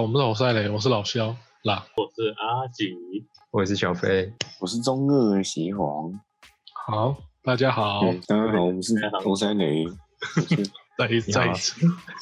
我们是老赛雷，我是老肖啦， 我是阿吉， 我也是小飞， 我是中二邪皇。 好，大家好， 大家好，我是欧三雷。 再一次，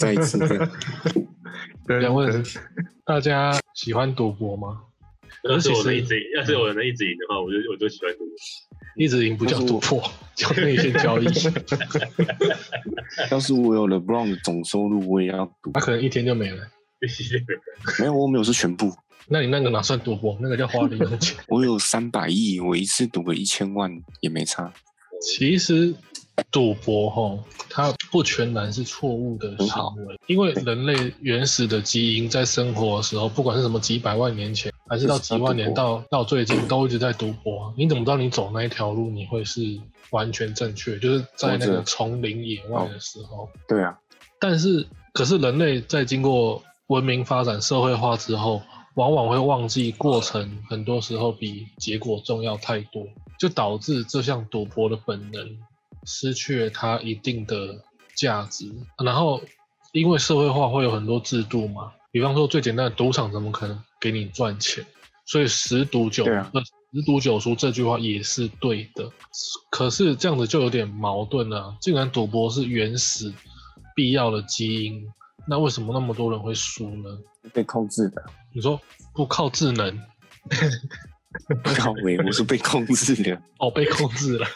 想问大家喜欢赌博吗？ 要是我能一直赢的话，我就喜欢赌博。 一直赢不叫赌博，叫内线交易。 要是我有了 LeBron 的总收入，我也要赌。 他可能一天就没了。 没有，我没有是全部。 那你那个哪算赌博？那个叫花零用钱。 我有300亿，我一次赌个1000万也没差。 其实赌博它不全然是错误的行为，因为人类原始的基因在生活的时候，不管是什么几百万年前，还是到几万年到最近，都一直在赌博。你怎么知道你走那一条路你会是完全正确？就是在那个丛林野外的时候。 对啊。 可是人类在经过文明发展、社会化之后，往往会忘记过程，很多时候比结果重要太多，就导致这项赌博的本能失去了它一定的价值。然后因为社会化会有很多制度嘛，比方说最简单的赌场怎么可能给你赚钱？所以十赌九输这句话也是对的。可是这样子就有点矛盾了，既然赌博是原始必要的基因，那为什么那么多人会输呢？ 被控制的。 你说不靠智能？ 靠北，我是被控制的。 哦，被控制了。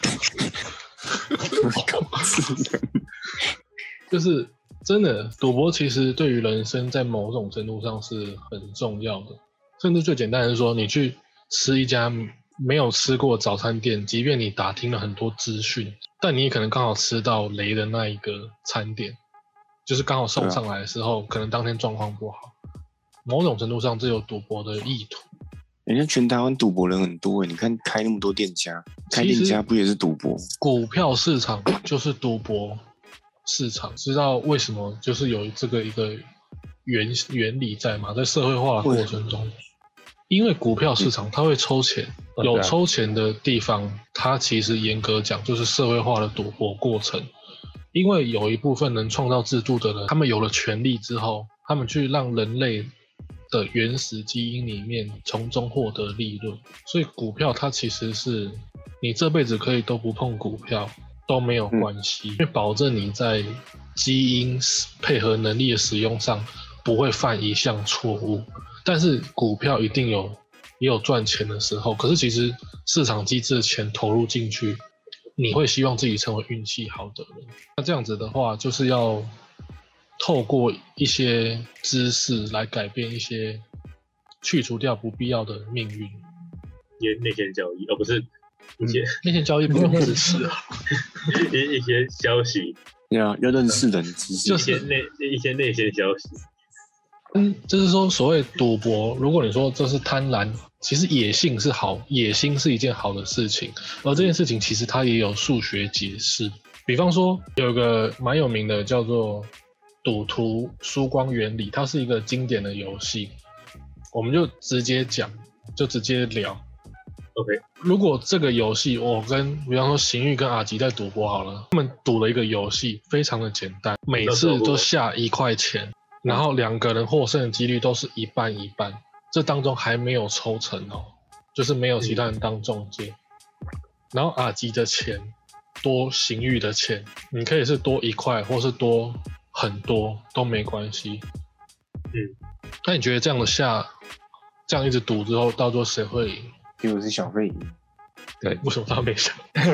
控制的。 就是真的，赌博其实对于人生在某种程度上是很重要的。甚至最简单的是说，你去吃一家没有吃过早餐店，即便你打听了很多资讯，但你也可能刚好吃到雷的那一个餐点，就是刚好送上来的时候，可能当天状况不好。某种程度上，这有赌博的意图。 人家全台湾赌博人很多你看开那么多店家，开店家不也是赌博？ 股票市场就是赌博市场，知道为什么？就是有这个一个原理在嘛，在社会化的过程中，因为股票市场它会抽钱，有抽钱的地方，它其实严格讲就是社会化的赌博过程。因为有一部分能创造制度的人，他们有了权力之后，他们去让人类的原始基因里面从中获得利润，所以股票它其实是你这辈子可以都不碰股票都没有关系，因为保证你在基因配合能力的使用上不会犯一项错误。但是股票一定也有赚钱的时候，可是其实市场机制的钱投入进去，你会希望自己成为运气好的人。那这样子的话，就是要透过一些知识来改变一些，去除掉不必要的命运。 内线交易，不是一些内线交易不用知识啊， 一些消息， 要认识人知识， 就是一些内线消息。 就是说所谓赌博，如果你说这是贪婪，其实野性是好，野心是一件好的事情，而这件事情其实它也有数学解释。比方说有一个蛮有名的叫做赌徒输光原理，它是一个经典的游戏，我们就直接讲，就直接聊。 OK， 如果这个游戏我比方说邢玉跟阿吉在赌博好了，他们赌了一个游戏，非常的简单，每次都下1块钱，然后2个人获胜的几率都是一半一半，这当中还没有抽成就是没有其他人当中介。然后阿吉的钱多邢玉的钱，你可以是多1块或是多很多都没关系。那你觉得这样一直赌之后，到最后谁会赢？ 结果是小费赢。 对，为什么他没想？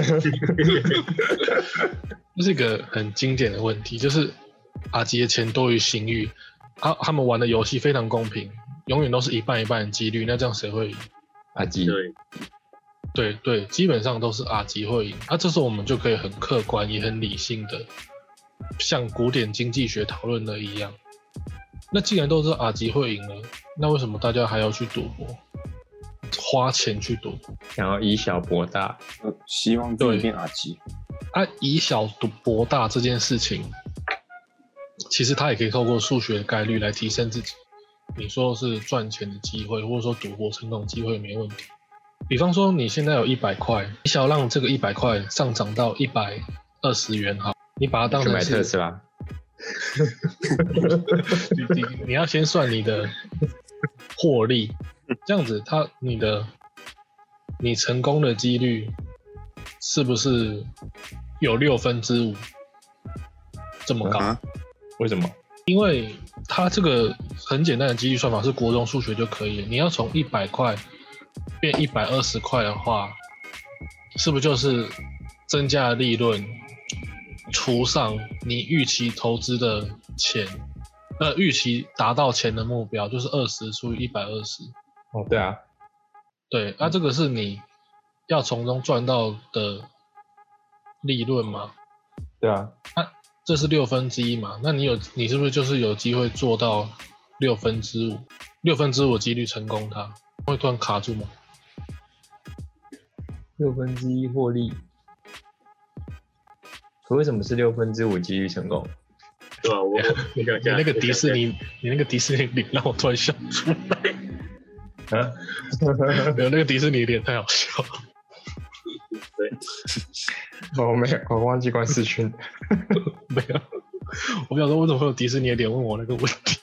这是一个很经典的问题，就是阿吉的钱多于邢玉，他们玩的游戏非常公平，永远都是一半一半的几率，那这样谁会赢？ 阿吉。 对，基本上都是阿吉会赢。这时候我们就可以很客观也很理性的，像古典经济学讨论的一样。那既然都是阿吉会赢了，那为什么大家还要去赌博？花钱去赌， 然后以小博大， 希望自己变阿吉。 以小博大这件事情，其实它也可以透过数学概率来提升自己。你说是赚钱的机会，或者说赌博成功的机会没问题。比方说你现在有100块，你想要让这个100块上涨到120元好，你把它当成是买特斯拉。 你要先算你的获利，这样子你成功的几率是不是有5/6这么高？ 为什么？ 因为它这个很简单的几率算法是国中数学就可以了。你要从100块变120块的话，是不是就是增加的利润除上你预期投资的钱，预期达到钱的目标，就是20除以120。 哦，对啊， 对，这个是你要从中赚到的利润嘛？ 对啊， 这是1/6嘛？那你是不是就是有机会做到5/6的几率成功它？会突然卡住吗 1/6获利。可为什么是5/6几率成功？ 对吧？ 你那个迪士尼脸让我突然笑出来。 啊？ 没有，那个迪士尼脸太好笑了。 对， 我没有，我忘记关视讯。 没有，我想说为什么会有迪士尼的脸问我那个问题？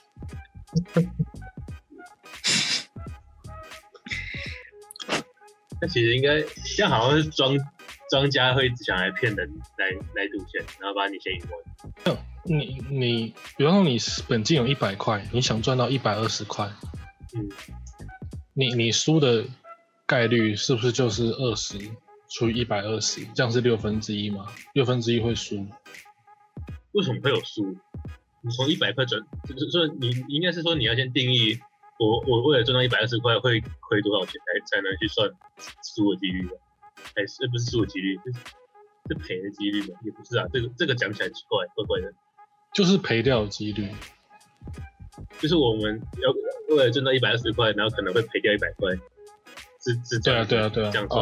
那其实应该这样，好像是庄家会想来骗人来赌钱，然后把你先赢完。 你比方说你本金有100块，你想赚到120块，你输的概率是不是就是20除以120？这样是1/6吗？1/6会输。 为什么会有输？你从100块转，就是你应该是说你要先定义我为了赚到120块会亏多少钱才能去算输的几率吧？还是不是输的几率，是赔的几率吗？也不是啊，这个讲起来奇怪，怪怪的。 就是赔掉的几率， 就是我们要为了赚到120块，然后可能会赔掉100块，是这样。 对啊， 这样算。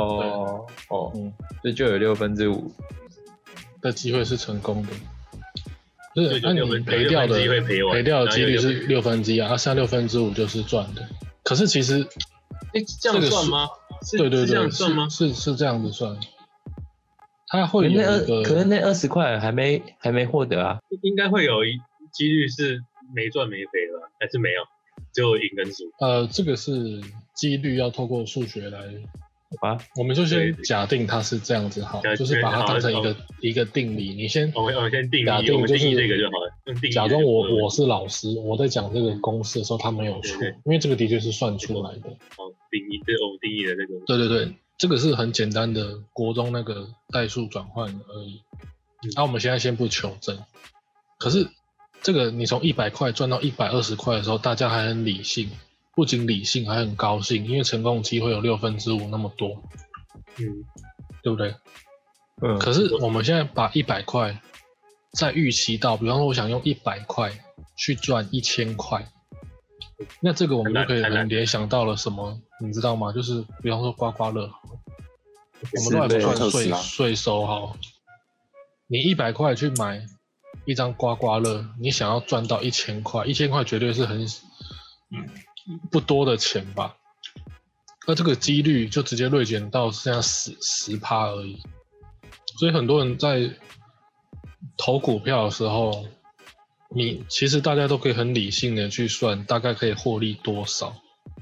这就有5/6 的机会是成功的。就是那你赔掉的几率是1/6啊，剩下5/6就是赚的。可是其实， 这样算吗？ 对， 这样算吗？ 是这样子算。它会有一个， 可是那20块还没获得啊。 应该会有几率是没赚没赔吧？还是没有？只有赢跟输。 这个是几率要透过数学来。我们就先假定它是这样子好，就是把它当成一个定理。你先， 我们先定义， 假定就是这个就好了。 假装我是老师，我在讲这个公式的时候，他没有错，因为这个的确是算出来的。 好，我们定义的这个。 对，这个是很简单的国中那个代数转换而已。我们现在先不求证。可是这个你从100块赚到120块的时候，大家还很理性。不仅理性还很高兴，因为成功机会有5/6那么多，对不对？可是我们现在把100块再预期到，比方说我想用100块去赚1000块，那这个我们就可以很联想到了什么，你知道吗？就是比方说刮刮乐，我们都还不算税收好，你100块去买一张刮刮乐，你想要赚到1000块，1000块绝对是很不多的钱吧，那这个几率就直接锐减到剩下10%而已。所以很多人在投股票的时候，其实大家都可以很理性的去算大概可以获利多少。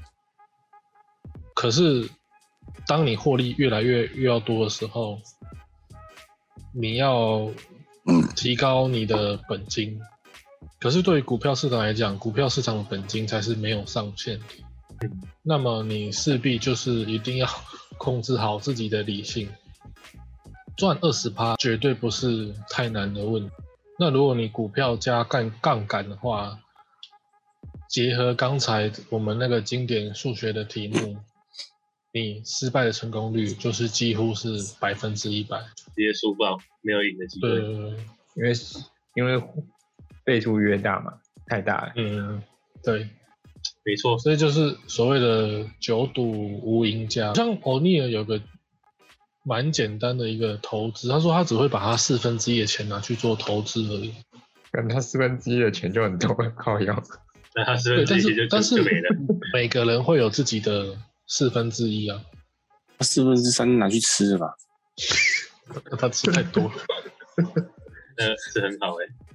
可是当你获利越来越要多的时候，你要提高你的本金。可是对于股票市场来讲，股票市场的本金才是没有上限的。那么你势必就是一定要控制好自己的理性，赚20%绝对不是太难的问题。那如果你股票加杠杆的话，结合刚才我们那个经典数学的题目，你失败的成功率就是几乎是100%，直接输爆，没有赢的机会。 对， 因为倍数越大嘛，太大了。 对， 没错。 所以就是所谓的久赌无赢家。像欧尼尔有个蛮简单的一个投资，他说他只会把他1/4的钱拿去做投资而已。 但他1/4的钱就很多，靠腰。 那他1/4 但是没了。 每个人会有自己的1/4啊。 他3/4拿去吃了吧？ 他吃太多了。 是很好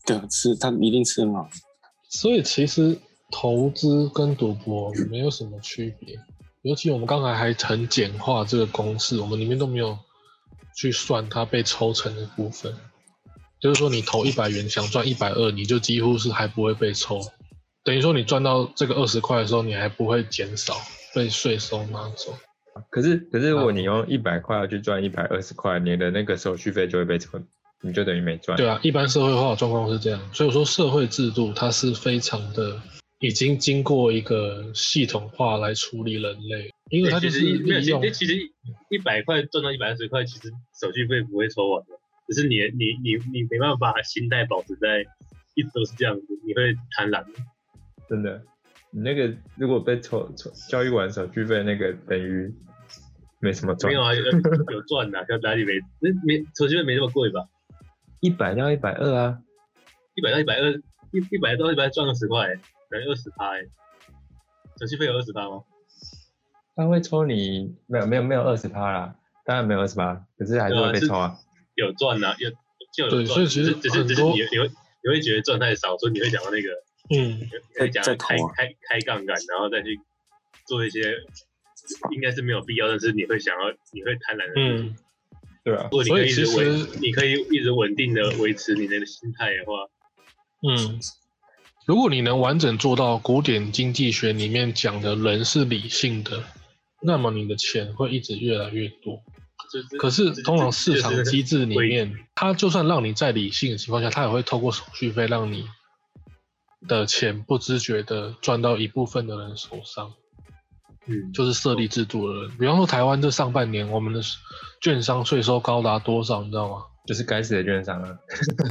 对啊，他一定吃很好。 所以其实投资跟赌博没有什么区别，尤其我们刚才还很简化这个公式，我们里面都没有去算它被抽成的部分。就是说，你投100元想赚120，你就几乎是还不会被抽，等于说你赚到这个20块的时候，你还不会减少被税收拿走。 可是如果你用100块要去赚120块，你的那个手续费就会被抽，你就等于没赚。 对啊，一般社会化的状况是这样，所以我说社会制度它是非常的已经经过一个系统化来处理人类，因为它就是利用。 其实100块赚到120块，其实手续费不会抽完的，只是你没办法把心态保持在一直都是这样子，你会贪婪。 真的，你那个如果被抽交易完手续费，那个等于没什么赚。 没有啊，有赚的，像哪里没手续费没那么贵吧 ？100到120啊 ，100到120，100到120赚20块，等于20%哎，手续费有20%吗？ 他会抽你没有20%啦，当然没有20%，可是还是会被抽啊。 有赚啊，有赚， 对，所以其实只是你会觉得赚太少，所以你会想到那个再开杠杆，然后再去做一些应该是没有必要，但是你会贪婪的事情。 对啊， 如果你可以一直稳定的维持你的心态的话， 如果你能完整做到古典经济学里面讲的人是理性的，那么你的钱会一直越来越多。可是通常市场机制里面，它就算让你在理性的情况下，它也会透过手续费让你的钱不自觉的赚到一部分的人手上。就是设立制度的人，比方说台湾这上半年我们的券商税收高达多少，你知道吗？ 就是该死的券商啊！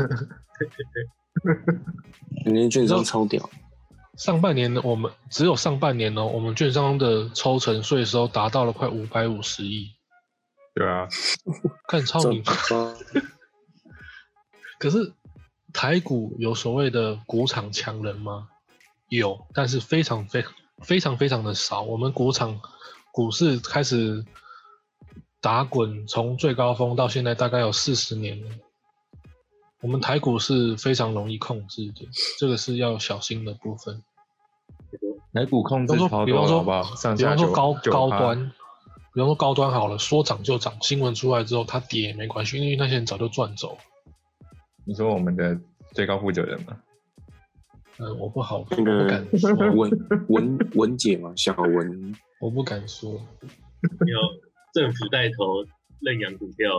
人家券商超屌。 上半年只有上半年我们券商的抽成税收达到了快550亿。 对啊， 看超明。可是台股有所谓的股场强人吗？有，但是非常的少。我们股市开始打滚，从最高峰到现在大概有40年了。我们台股是非常容易控制的，这个是要小心的部分。 台股控制超多，好不好？ 比方说高端，比方说高端好了，说涨就涨，新闻出来之后它跌也没关系，因为那些人早就赚走了。 你说我们的最高负责人吗？ 我不好， 那个我不敢说。 文姐嘛，小文， 我不敢说。 有政府带头认养股票，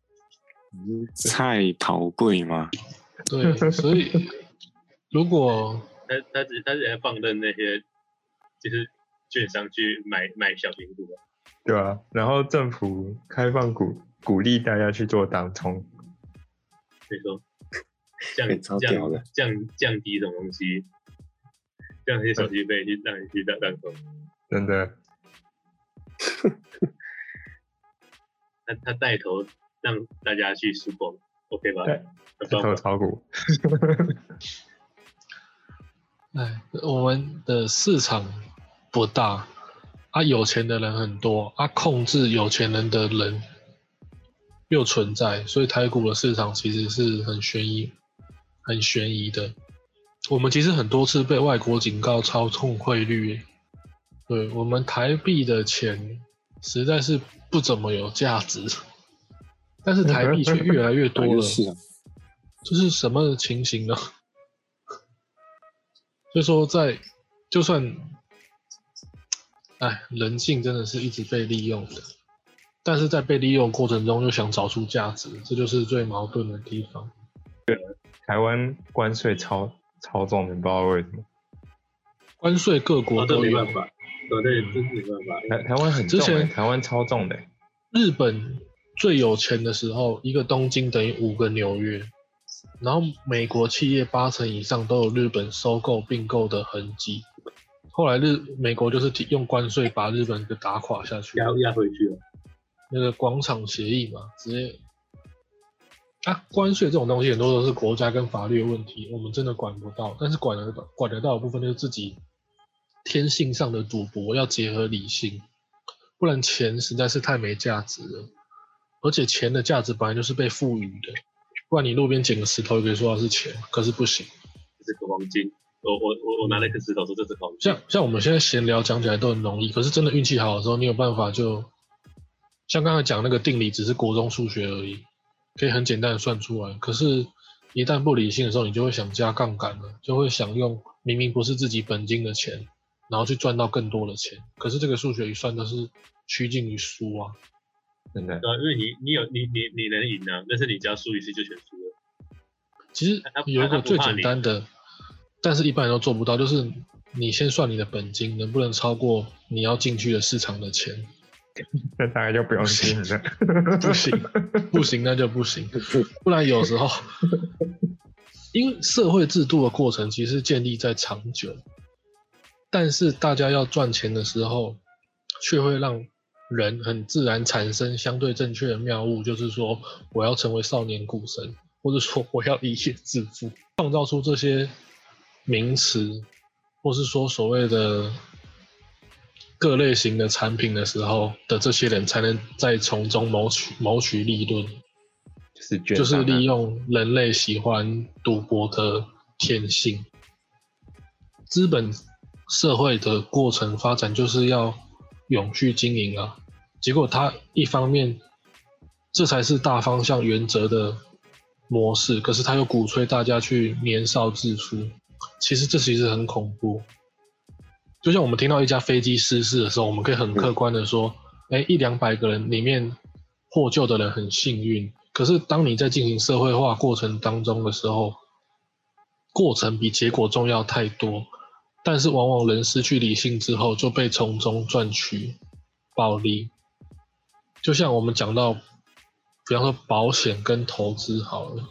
菜跑贵吗？ 对，所以如果他只在放任那些就是券商去买小型股， 对啊，然后政府开放鼓励大家去做当冲， 所以说降低什么东西，降低手续费去让你去当冲， 真的。 他带头让大家去输空 ，OK 吧？ 带头炒股。 我们的市场不大有钱的人很多控制有钱人的人又存在，所以台股的市场其实是很悬疑的。我们其实很多次被外国警告操控汇率，对，我们台币的钱实在是不怎么有价值，但是台币却越来越多了，这是什么情形呢？所以说就算人性真的是一直被利用的，但是在被利用过程中又想找出价值，这就是最矛盾的地方。 台湾关税超重，你不知道为什么？ 关税各国都有， 没办法，对，真是没办法。 台湾很重，台湾超重的。 日本最有钱的时候，一个东京等于5个纽约，然后美国企业80%以上都有日本收购并购的痕迹。后来美国就是用关税把日本给打垮下去， 压回去了。 那个广场协议嘛，直接关税这种东西很多都是国家跟法律的问题，我们真的管不到。但是管得到的部分就是自己天性上的赌博要结合理性，不然钱实在是太没价值了。而且钱的价值本来就是被赋予的， 不然你路边捡个石头也可以说它是钱，可是不行。 这是个黄金，我拿了一颗石头说这是黄金。 像我们现在闲聊讲起来都很容易，可是真的运气好的时候，你有办法就像刚才讲那个定理，只是国中数学而已，可以很简单的算出来。可是，一旦不理性的时候，你就会想加杠杆了，就会想用明明不是自己本金的钱，然后去赚到更多的钱。可是这个数学一算都是趋近于输啊， 真的。 对啊，因为你能赢啊，但是你只要输一次就全输了。 其实有一个最简单的，但是一般人都做不到，就是你先算你的本金能不能超过你要进去的市场的钱。 那大概就不用进了。 不行，那就不行。不然有时候，因为社会制度的过程其实建立在长久，但是大家要赚钱的时候，却会让人很自然产生相对正确的谬误，就是说我要成为少年股神，或者说我要一夜致富，创造出这些名词，或是说所谓的各类型的产品的时候的这些人，才能再从中谋取利润，就是利用人类喜欢赌博的天性。资本社会的过程发展就是要永续经营啊，结果它一方面这才是大方向原则的模式，可是他又鼓吹大家去年少致富，其实很恐怖。就像我们听到一架飞机失事的时候，我们可以很客观的说，100-200个人里面获救的人很幸运，可是当你在进行社会化过程当中的时候，过程比结果重要太多，但是往往人失去理性之后就被从中赚取暴利。就像我们讲到比方说保险跟投资好了，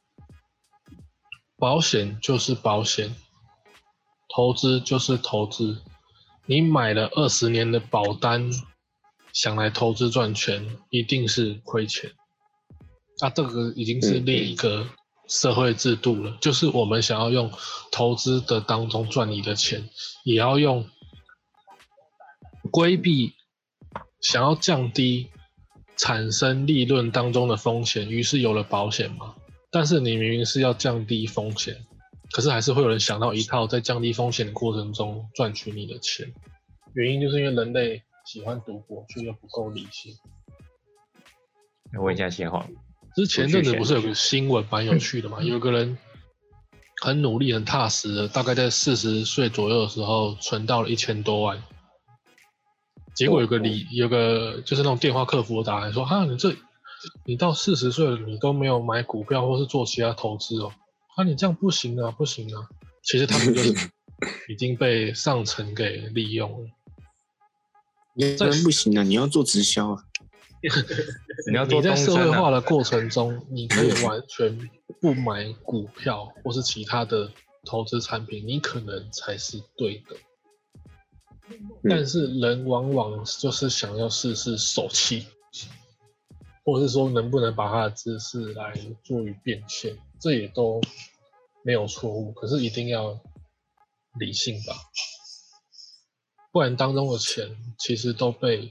保险就是保险，投资就是投资。你买了20年的保单，想来投资赚钱，一定是亏钱。这个已经是另一个社会制度了，就是我们想要用投资的当中赚你的钱，也要用规避想要降低产生利润当中的风险，于是有了保险嘛。但是你明明是要降低风险，可是还是会有人想到一套在降低风险的过程中赚取你的钱。原因就是因为人类喜欢赌博，却又不够理性。 问一下邪皇， 之前阵子不是有个新闻蛮有趣的嘛？有个人很努力、很踏实的，大概在40岁左右的时候存到了1000多万。结果有个就是那种电话客服打来说，你到40岁了，你都没有买股票或是做其他投资哦，你这样不行啊，不行啊。其实他们就是已经被上层给利用了。 你不行啊，你要做直销啊。 你在社会化的过程中，你可以完全不买股票或是其他的投资产品，你可能才是对的。但是人往往就是想要试试手气，或者是说能不能把他的知识来做于变现，这也都没有错误，可是一定要理性吧，不然当中的钱其实都被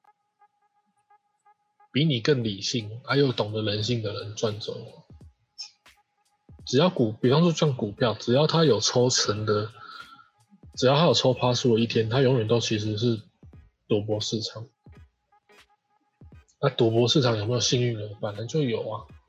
比你更理性又懂得人性的人赚走了。只要比方说像股票，只要它有抽成的，只要它有抽趴数的一天，它永远都其实是赌博市场。那赌博市场有没有幸运人？本来就有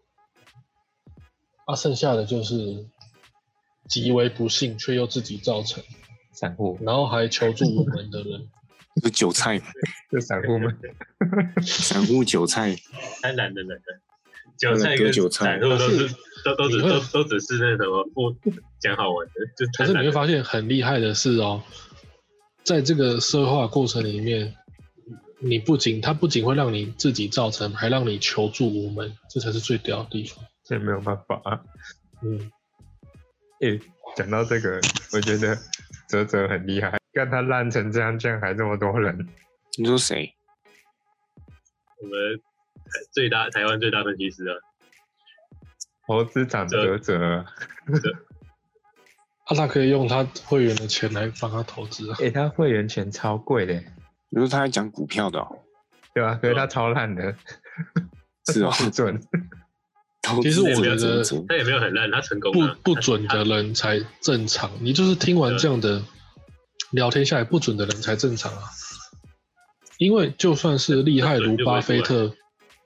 啊。剩下的就是极为不幸却又自己造成散户， 然后还求助无门的人。 是韭菜， 就散户们， 散户韭菜， 贪婪的人，韭菜跟散户都只是那什么不讲好玩的，就可是你会发现很厉害的是在这个社会化过程里面，它不仅会让你自己造成，还让你求助无门，这才是最屌的地方。 这没有办法讲到这个，我觉得泽很厉害，看他烂成这样，竟然还这么多人。 你说谁？ 我们台湾最大分析师啊， 投资长泽。 他可以用他会员的钱来帮他投资他会员钱超贵的。 你说他在讲股票的对啊，可是他超烂的。 是不准。 其实我觉得他也没有很烂，他成功了。 不准的人才正常，你就是听完这样的聊天下来，不准的人才正常啊。因为就算是厉害如巴菲特，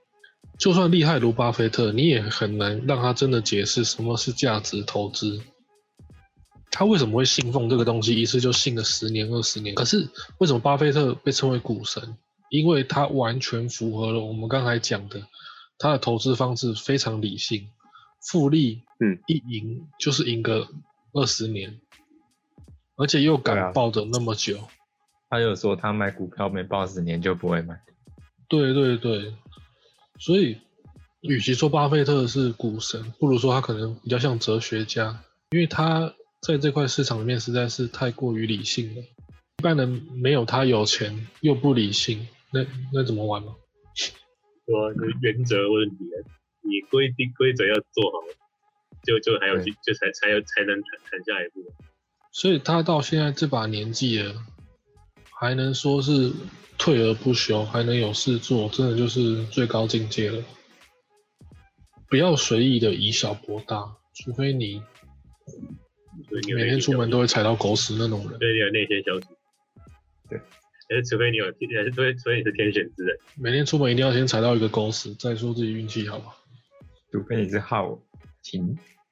你也很难让他真的解释什么是价值投资。他为什么会信奉这个东西，一次就信了10年、20年？可是为什么巴菲特被称为股神？因为他完全符合了我们刚才讲的，他的投资方式非常理性，复利一赢就是赢个20年，而且又敢抱着那么久。 他有说他买股票没抱10年就不会买。 对对对，所以与其说巴菲特是股神，不如说他可能比较像哲学家，因为他在这块市场里面实在是太过于理性了。一般人没有他有钱又不理性，那怎么玩呢？ 说原则问题，你规则要做好，就还有就才能谈下一步。 所以他到现在这把年纪了，还能说是退而不休，还能有事做，真的就是最高境界了。不要随意的以小博大，除非你每天出门都会踩到狗屎那种人。 对，你有内线消息。 对， 还是除非你是天选之人。 每天出门一定要先踩到一个狗屎，再说自己运气好吧。 除非你是浩廷。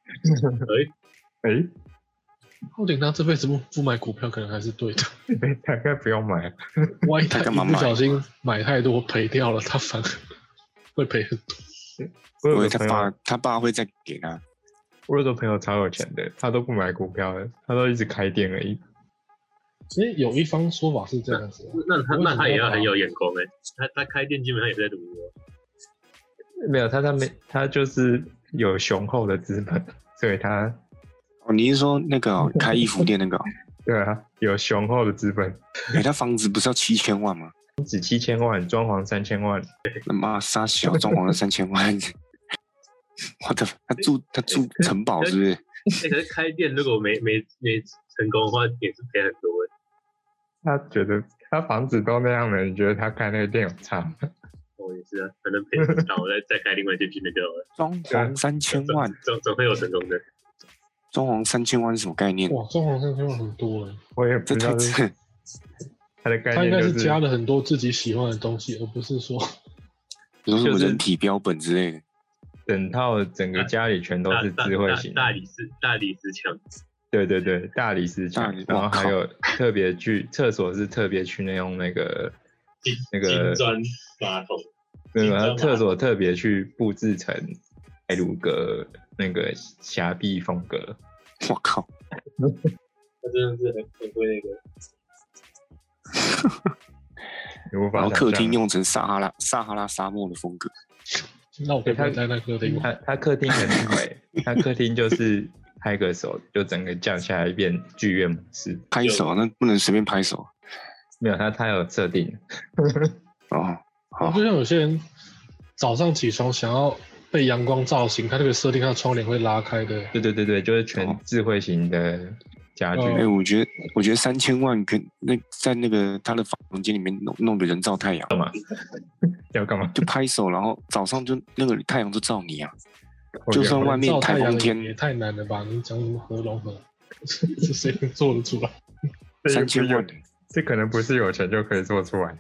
浩廷他这辈子不买股票，可能还是对的。 大概不用买。 万一他一不小心买太多赔掉了，他反而会赔很多。 因为他爸会再给他。 我有个朋友超有钱的，他都不买股票的，他都一直开店而已。 所以有一方说法是这样子， 那他也要很有眼光他开店基本上也是在赌博。 没有他就是有雄厚的资本，所以他你是说那个开衣服店那个？ 对啊，有雄厚的资本。 他房子不是要7000万吗？ 只7000万，装潢3000万。 他妈杀小装潢了3000万。我的，他住城堡是不是？ 可是开店如果没成功的话，也是赔很多。 他觉得他房子都那样了，你觉得他开那个店有差吗？ 也是啊，可能赔不到，再开另外一间去那就好了。 装潢3000万， 总会有成功的。 装潢3000万是什么概念？ 哇，装潢3000万很多我也不知道他的概念、 他应该是加了很多自己喜欢的东西，而不是说比如说什么人体标本之类的。 整个家里全都是智慧型的大理石墙。 对对对，大理石墙，然后还有特别去厕所是特别去用那个金砖马桶。 没有，他厕所特别去布置成艾鲁格那个狭壁风格。 我靠！ 他真的是很会那个。 然后客厅用成撒哈拉沙漠的风格。 那我可以在那客厅。 他客厅很美，他客厅就是拍个手就整个降下来变剧院模式。 拍手那不能随便拍手。 没有，他有设定。 好，就像有些人早上起床想要被阳光照醒，他那个设定他的窗帘会拉开的。 对，就是全智慧型的家具。 我觉得3000万在那个他的房间里面弄个人造太阳。 干嘛？要干嘛？ 就拍手，然后早上就那个太阳就照你啊。就算外面台风天也太难了吧？你讲什么核融合？是谁能做得出来 ？3000万， 这可能不是有钱就可以做出来。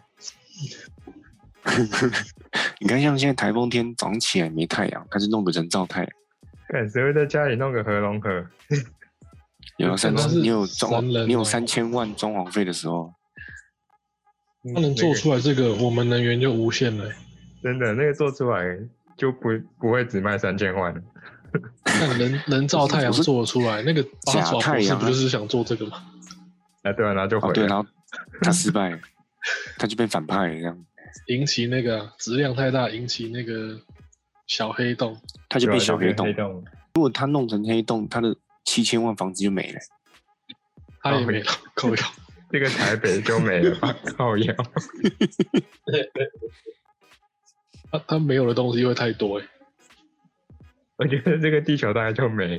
你看，像现在台风天早上起来没太阳，他就弄个人造太阳。 看谁会在家里弄个核融合？ 你有3000万装潢费的时候， 他能做出来这个，我们能源就无限了。 真的，那个做出来就不会只卖3000万了。 那人造太阳做得出来，那个假太阳不就是想做这个吗？ 对啊，然后就毁了。 对，然后他失败了，他就变反派了这样。 引起那个质量太大，引起那个小黑洞， 他就变小黑洞。如果他弄成黑洞，他的7000万房子就没了。 他也没了，靠腰。 这个台北就没了吧？靠腰。 他没有的东西会太多我觉得这个地球大概就没了。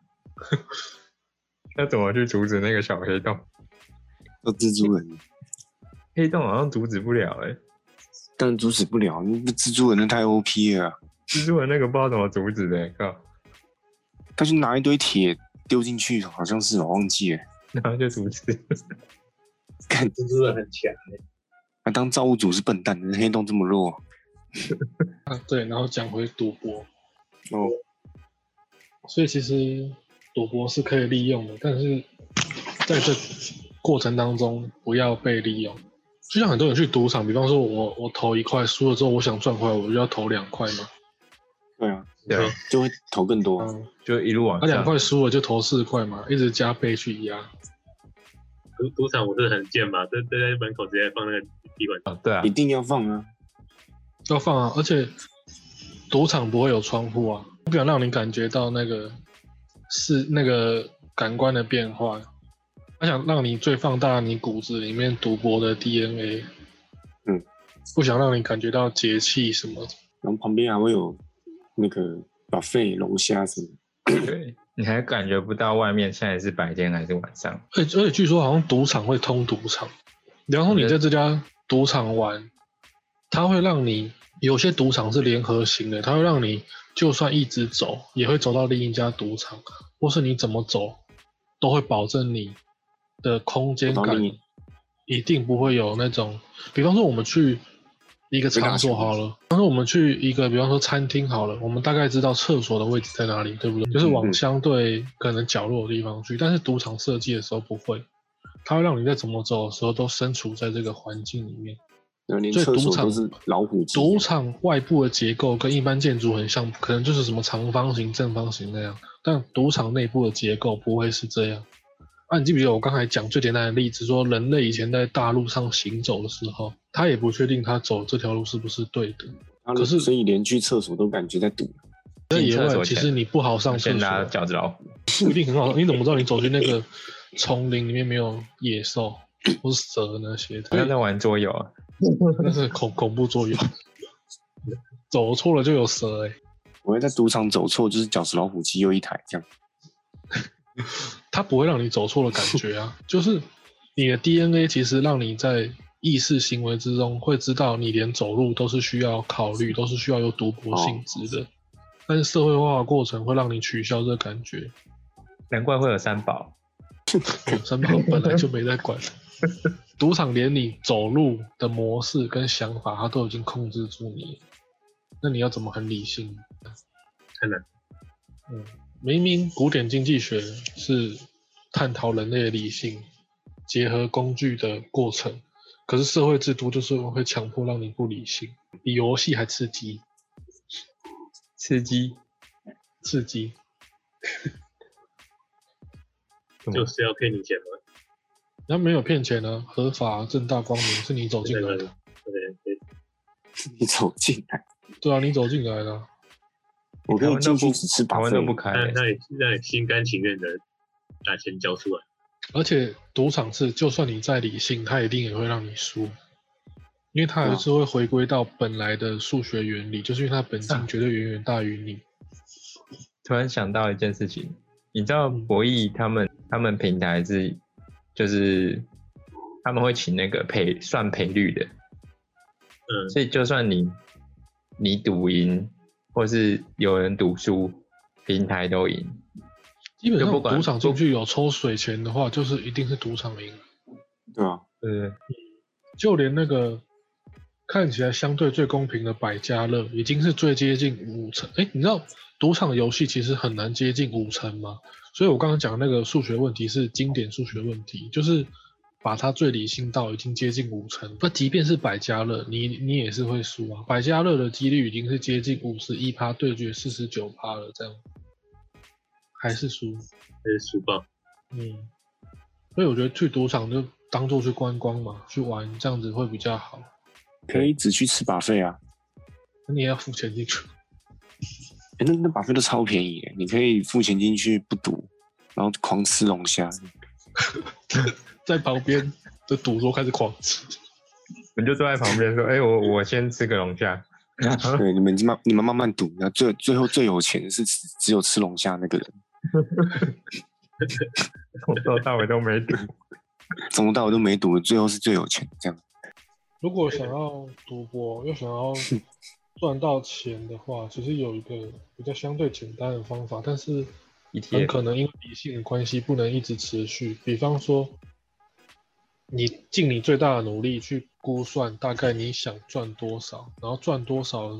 要怎么去阻止那个小黑洞？ 有蜘蛛人。 黑洞好像阻止不了但阻止不了，那蜘蛛人那太 OP 了。 蜘蛛人那个不知道怎么阻止的，靠， 他就拿一堆铁丢进去，好像是我忘记了。 然后就阻止。 看蜘蛛人很强他当造物主是笨蛋，黑洞这么弱。 啊，对，然后讲回赌博， 哦， 所以其实赌博是可以利用的，但是在这过程当中不要被利用。就像很多人去赌场，比方说我投1块，输了之后我想赚回来，我就要投2块嘛。 对啊， 对啊， 就会投更多。 嗯， 就一路往那2 上。 块输了就投4块嘛，一直加倍去压。 赌场我是很贱吧，在门口直接放那个滴管。 哦，对啊一，定要放啊！ 要放啊，而且赌场不会有窗户啊，不想让你感觉到那个感官的变化，他想让你最放大你骨子里面赌博的 DNA， 不想让你感觉到节气什么的。 然后旁边还会有那个buffet龙虾什么的。 对，你还感觉不到外面现在是白天还是晚上。 而且据说好像赌场会通赌场，比方说你在这家赌场玩，它会让你有些赌场是联合型的，它会让你就算一直走，也会走到另一家赌场，或是你怎么走，都会保证你的空间感一定不会有那种，比方说我们去一个场所好了，比方说我们去一个，比方说餐厅好了，我们大概知道厕所的位置在哪里，对不对？就是往相对可能角落的地方去，但是赌场设计的时候不会，它会让你在怎么走的时候都身处在这个环境里面。 连厕所都是老虎机。 赌场外部的结构跟一般建筑很像，可能就是什么长方形、正方形那样，但赌场内部的结构不会是这样。啊，你记不记得我刚才讲最简单的例子，说人类以前在大陆上行走的时候，他也不确定他走这条路是不是对的，可是所以连去厕所都感觉在赌。 在野外其实你不好上厕所， 先拿饺子老虎， 不一定很好上。你怎么知道你走进那个丛林里面没有野兽或是蛇那些的？ 好像在玩桌游啊。 那是恐怖作用，走错了就有蛇我会在赌场走错，就是饺子老虎机又一台这样。 它不会让你走错的感觉啊，就是你的 DNA 其实让你在意识行为之中会知道，你连走路都是需要考虑，都是需要有赌博性质的。但是社会化的过程会让你取消这个感觉。 难怪会有三宝。 三宝本来就没在管。赌场连你走路的模式跟想法，它都已经控制住你，那你要怎么很理性？ 很难。 明明古典经济学是探讨人类的理性结合工具的过程，可是社会制度就是会强迫让你不理性，比游戏还刺激。 就是要骗你钱吗？ 然后没有骗钱啊，合法正大光明，是你走进来的。 你走进来？ 对啊，你走进来的。 我可以进去只吃台湾都不开， 让你心甘情愿的把钱交出来。 而且赌场是，就算你再理性，它一定也会让你输，因为它还是会回归到本来的数学原理，就是因为它本金绝对远远大于你。 突然想到一件事情，你知道博弈他们平台是就是他们会请那个算赔率的，所以就算你赌赢，或是有人赌输，平台都赢。 基本上赌场进去有抽水钱的话，就是一定是赌场赢。 对啊， 对， 就连那个看起来相对最公平的百家乐，已经是最接近50%。你知道赌场游戏其实很难接近50%吗？所以我刚刚讲那个数学问题是经典数学问题，就是把它最理性到已经接近50%。那即便是百家乐，你也是会输啊。百家乐的几率已经是接近51%对决49%了，这样还是输， 爆。 所以我觉得去赌场就当做去观光嘛，去玩这样子会比较好。 可以只去吃buffet啊， 那你也要付钱进去。 那buffet都超便宜耶，你可以付钱进去不赌，然后狂吃龙虾。 在旁边的赌桌开始狂吃， 你就坐在旁边说：“我先吃个龙虾。” 对，你们慢慢赌，然后最后最有钱的是只有吃龙虾那个人。 从头到尾都没赌， 从头到尾都没赌，最后是最有钱这样。 如果想要赌博又想要赚到钱的话，其实有一个比较相对简单的方法，但是很 ETF 可能因为理性的关系不能一直持续。比方说，你尽你最大的努力去估算大概你想赚多少，然后赚多少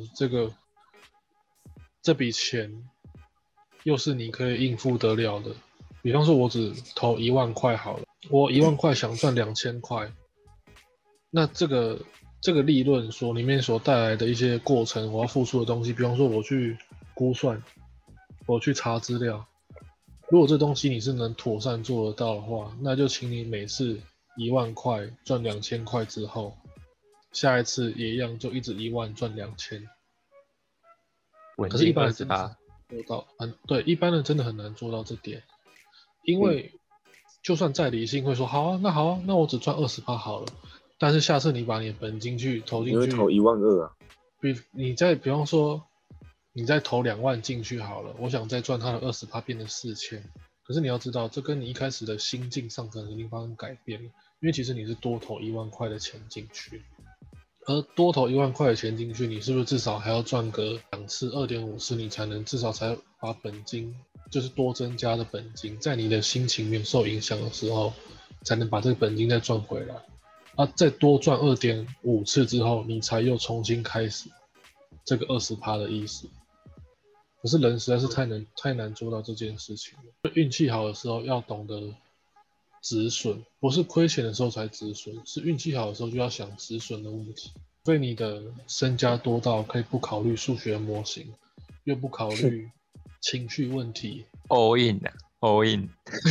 这笔钱又是你可以应付得了的。比方说，我只投1万块好了，我1万块想赚2000块，那这个利润里面所带来的一些过程，我要付出的东西，比方说我去估算，我去查资料，如果这东西你是能妥善做得到的话，那就请你每次1万块赚2000块之后，下一次也一样就一直1万赚2000。可是，一般人真的做到对，一般人真的很难做到这点，因为就算再理性会说好啊，那我只赚20%好了。但是下次你把你的本金去投进去， 你会投12000啊？ 比方说，你再投2万进去好了，我想再赚它的20%变成4000。可是你要知道，这跟你一开始的心境上可能已经发生改变了，因为其实你是多投1万块的钱进去，而多投1万块的钱进去，你是不是至少还要赚个2次、2.5次，你才能至少才把本金，就是多增加的本金，在你的心情面受影响的时候，才能把这个本金再赚回来。再多赚2.5次之后，你才又重新开始这个20%的意思。可是人实在是太难做到这件事情了。运气好的时候要懂得止损，不是亏钱的时候才止损，是运气好的时候就要想止损的问题。所以你的身家多到可以不考虑数学模型，又不考虑情绪问题 ，all in 啊 ，all in。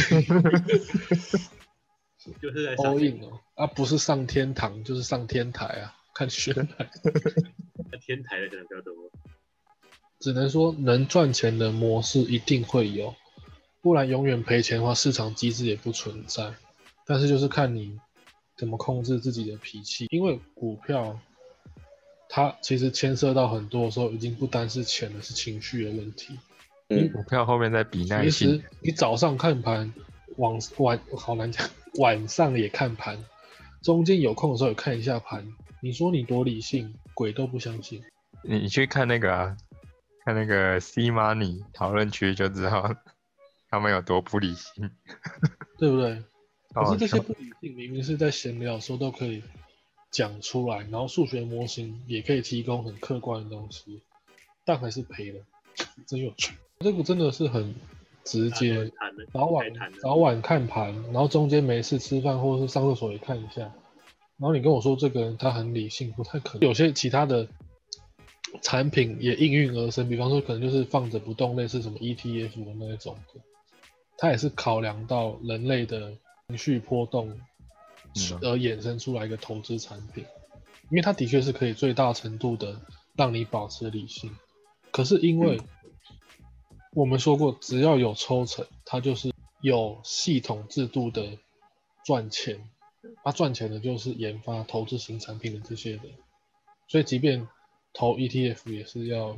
就是在 all in 不是上天堂就是上天台啊，看选台。 天台的可能比较多。 只能说能赚钱的模式一定会有，不然永远赔钱的话，市场机制也不存在。但是就是看你怎么控制自己的脾气，因为股票它其实牵涉到很多的时候，已经不单是钱了，是情绪的问题。 股票后面在比耐性。 其实你早上看盘，好难讲，晚上也看盘，中间有空的时候也看一下盘。你说你多理性，鬼都不相信。 你去看那个看那个 C Money 讨论区就知道他们有多不理性， 对不对？可是这些不理性明明是在闲聊的时候都可以讲出来，然后数学模型也可以提供很客观的东西，但还是赔了，真有趣。这个真的是很直接，早晚看盘，然后中间没事吃饭或者是上厕所也看一下，然后你跟我说这个人他很理性，不太可能。有些其他的产品也应运而生，比方说可能就是放着不动，类似什么 ETF 的那一种的，它也是考量到人类的情绪波动而衍生出来一个投资产品，因为它的确是可以最大程度的让你保持理性。可是因为我们说过，只要有抽成，它就是有系统制度的赚钱，它赚钱的就是研发投资型产品的这些人，所以即便投 ETF 也是要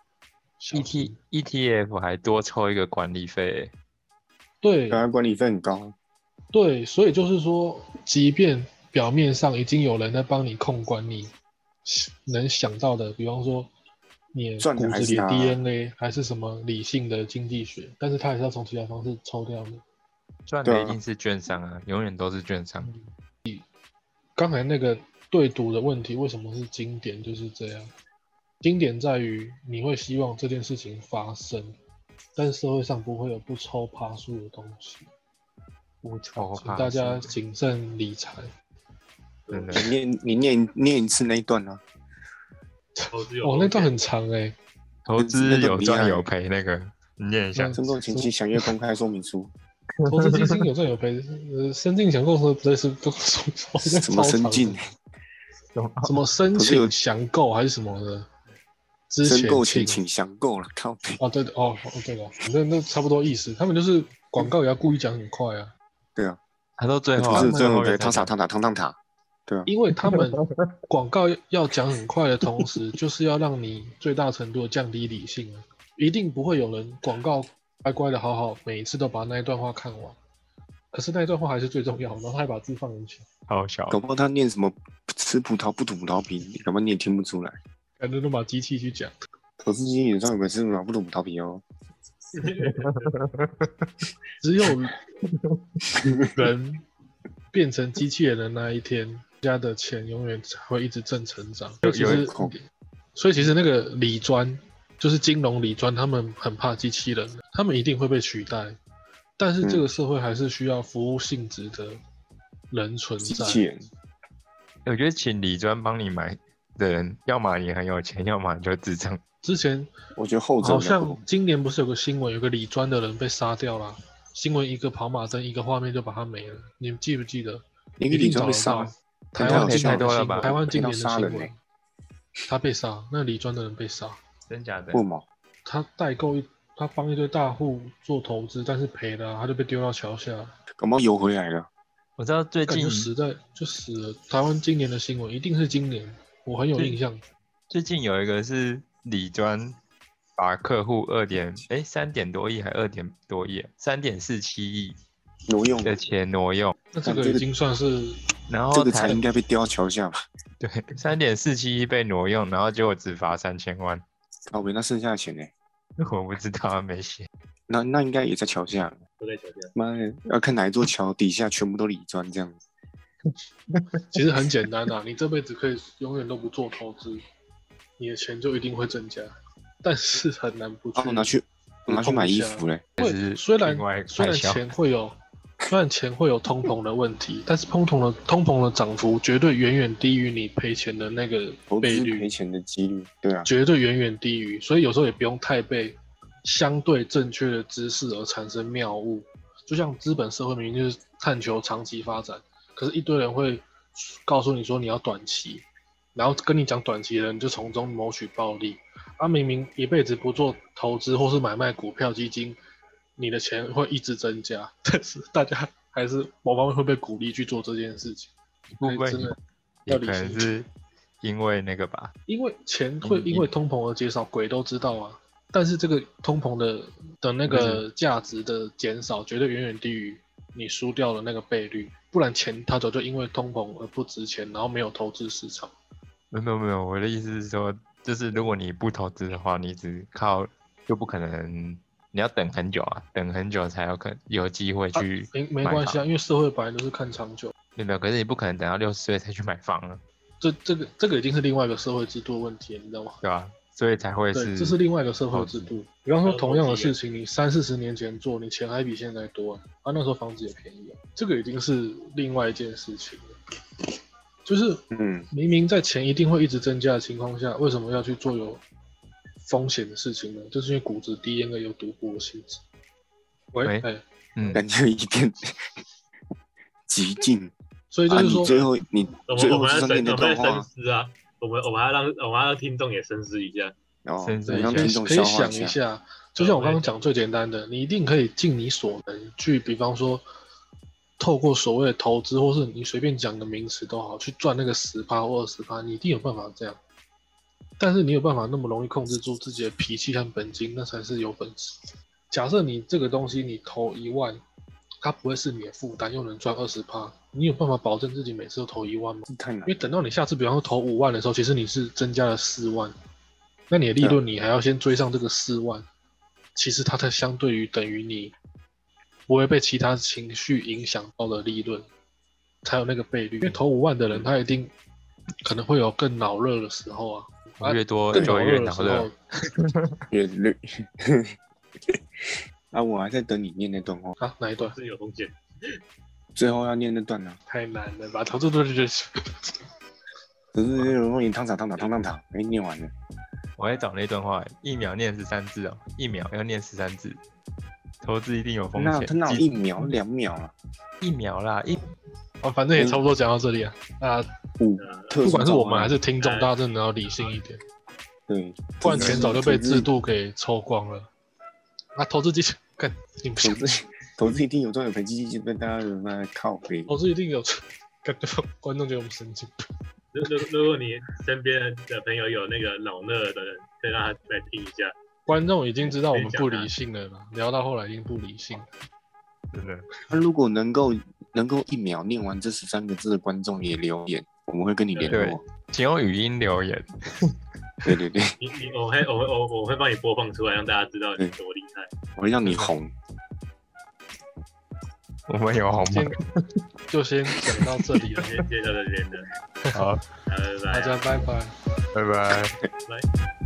ETF 还多抽一个管理费， 对， 管理费很高。 对，所以就是说，即便表面上已经有人在帮你控管你能想到的，比方说你骨子里的 DNA 还是什么理性的经济学，但是他还是要从其他方式抽掉的。 赚的一定是券商啊，永远都是券商。 刚才那个对赌的问题，为什么是经典？就是这样。经典在于你会希望这件事情发生，但社会上不会有不抽趴数的东西。请大家谨慎理财。 你念一次那一段啊。 那段很长欸。 投资有赚有赔，那个你念一下。 申购前请详阅公开说明书。 投资基金有赚有赔，申请详购说不是不什么申进？ 什么申请详购还是什么的？ 申购前请详购了，靠北。 对的对的，反正那差不多意思。他们就是广告也要故意讲很快啊。 对啊， 他都最后就是最后汤塔。对啊， 因为他们广告要讲很快的同时，就是要让你最大程度的降低理性啊。一定不会有人广告乖乖的好每一次都把那一段话看完，可是那一段话还是最重要的，然后他还把字放进去。 好小， 搞不好他念什么吃葡萄不吐葡萄皮，搞不好你也听不出来。 感觉都把机器去讲。 投资机有时候有本事脑不懂逃皮哦。 只有人变成机器人的那一天，家的钱永远才会一直正成长。所以其实那个理专，就是金融理专，他们很怕机器人，他们一定会被取代。但是这个社会还是需要服务性质的人存在。 机器人， 我觉得请理专帮你买的人，要么你很有钱，要么你就智障。 之前我觉得后者好像今年不是有个新闻，有个理专的人被杀掉了。新闻一个跑马灯，一个画面就把他没了。你们记不记得？ 一个理专被杀， 台湾今年的新闻， 太多了吧？ 台湾今年的新闻， 欸、 他被杀，那理专的人被杀， 真假的？ 为什么？ 他代购他帮一堆大户做投资，但是赔了、他就被丢到桥下。 搞不好游回来了。 我知道最近就死了。台湾今年的新闻一定是今年，我很有印象。 最近有一个是理专把客户3点多亿还2点多亿，3.47亿挪用的钱挪用。 那这个已经算是， 然后这个才应该被丢到桥下吧？ 对，3.47亿被挪用，然后结果只罚3000万。 靠北，那剩下的钱呢？ 我不知道，没写。 那应该也在桥下。 都在桥下。 妈的，要看哪一座桥底下全部都理专这样子。 其实很简单啊，你这辈子可以永远都不做投资，你的钱就一定会增加，但是很难不去。 我拿去买衣服嘞。 虽然钱会有通膨的问题，但是通膨的涨幅绝对远远低于你赔钱的那个倍率， 赔钱的几率，对啊， 绝对远远低于，所以有时候也不用太被相对正确的知识而产生谬误。就像资本社会明明就是探求长期发展，可是一堆人会告诉你说你要短期，然后跟你讲短期的人就从中谋取暴利。明明一辈子不做投资或是买卖股票基金，你的钱会一直增加，但是大家还是某方面会被鼓励去做这件事情。 会不会也可能是因为那个吧？ 因为钱会因为通膨而减少，鬼都知道啊。但是这个通膨的那个价值的减少，绝对远远低于你输掉的那个倍率。不然钱它早就因为通膨而不值钱，然后没有投资市场。 没有，我的意思是说，就是如果你不投资的话，你只靠就不可能。你要等很久啊，等很久才有机会去没关系啊，因为社会本来都是看长久。 没有，可是你不可能等到60岁才去买房啊。 这个已经是另外一个社会制度的问题，你知道吗？ 对啊，所以才会是。 对，这是另外一个社会制度。比方说同样的事情，你30-40年前做，你钱还比现在多啊，那时候房子也便宜啊，这个已经是另外一件事情了。就是明明在钱一定会一直增加的情况下，为什么要去做有风险的事情呢？就是因为骨质 DNA 有赌博的性质。 感觉一点极尽。 所以就是说， 你最后我们要深思啊，我们要让听众也深思一下。 可以想一下，就像我刚刚讲最简单的，你一定可以尽你所能去，比方说透过所谓的投资，或是你随便讲的名词都好，去赚那个10%或20%，你一定有办法这样。但是你有办法那么容易控制住自己的脾气和本金，那才是有本事。假设你这个东西你投1万，它不会是你的负担，又能赚20%，你有办法保证自己每次都投1万吗？ 太难。 因为等到你下次比方说投5万的时候，其实你是增加了4万，那你的利润你还要先追上这个4万，其实它才相对于等于你不会被其他情绪影响到的利润，才有那个倍率。因为投5万的人，他一定可能会有更脑热的时候啊。 越多就越脑热， 越累。我还在等你念那段话啊，哪一段？ 是有风险。 最后要念那段啊， 太难了吧？投资都是可是如果你汤汤，念完了。 我还找那段话，1秒念13字哦，1秒要念13字，投资一定有风险。 他哪有1秒2秒啊 ？1秒啦， 反正也差不多讲到这里啊。不管是我们还是听众，大家真的要理性一点。 对， 不然钱早就被制度给抽光了。投资基金，看你不想投资一定有赚有赔，基金被大家在靠背。 投资一定有赚，感觉观众觉得我们神经病。 如果你身边的朋友有那个脑热的人，可以让他来听一下。 观众已经知道我们不理性了啦，聊到后来已经不理性了。 真的。 他如果能够1秒念完这13个字的观众也留言，我们会跟你联络。 请用语音留言。 对对对， 我会帮你播放出来，让大家知道你多厉害。 我会让你红。 我们有红吗？ 今天就先讲到这里了， 先介绍到这边的， 好， 拜拜， 大家拜拜。 拜拜。 拜。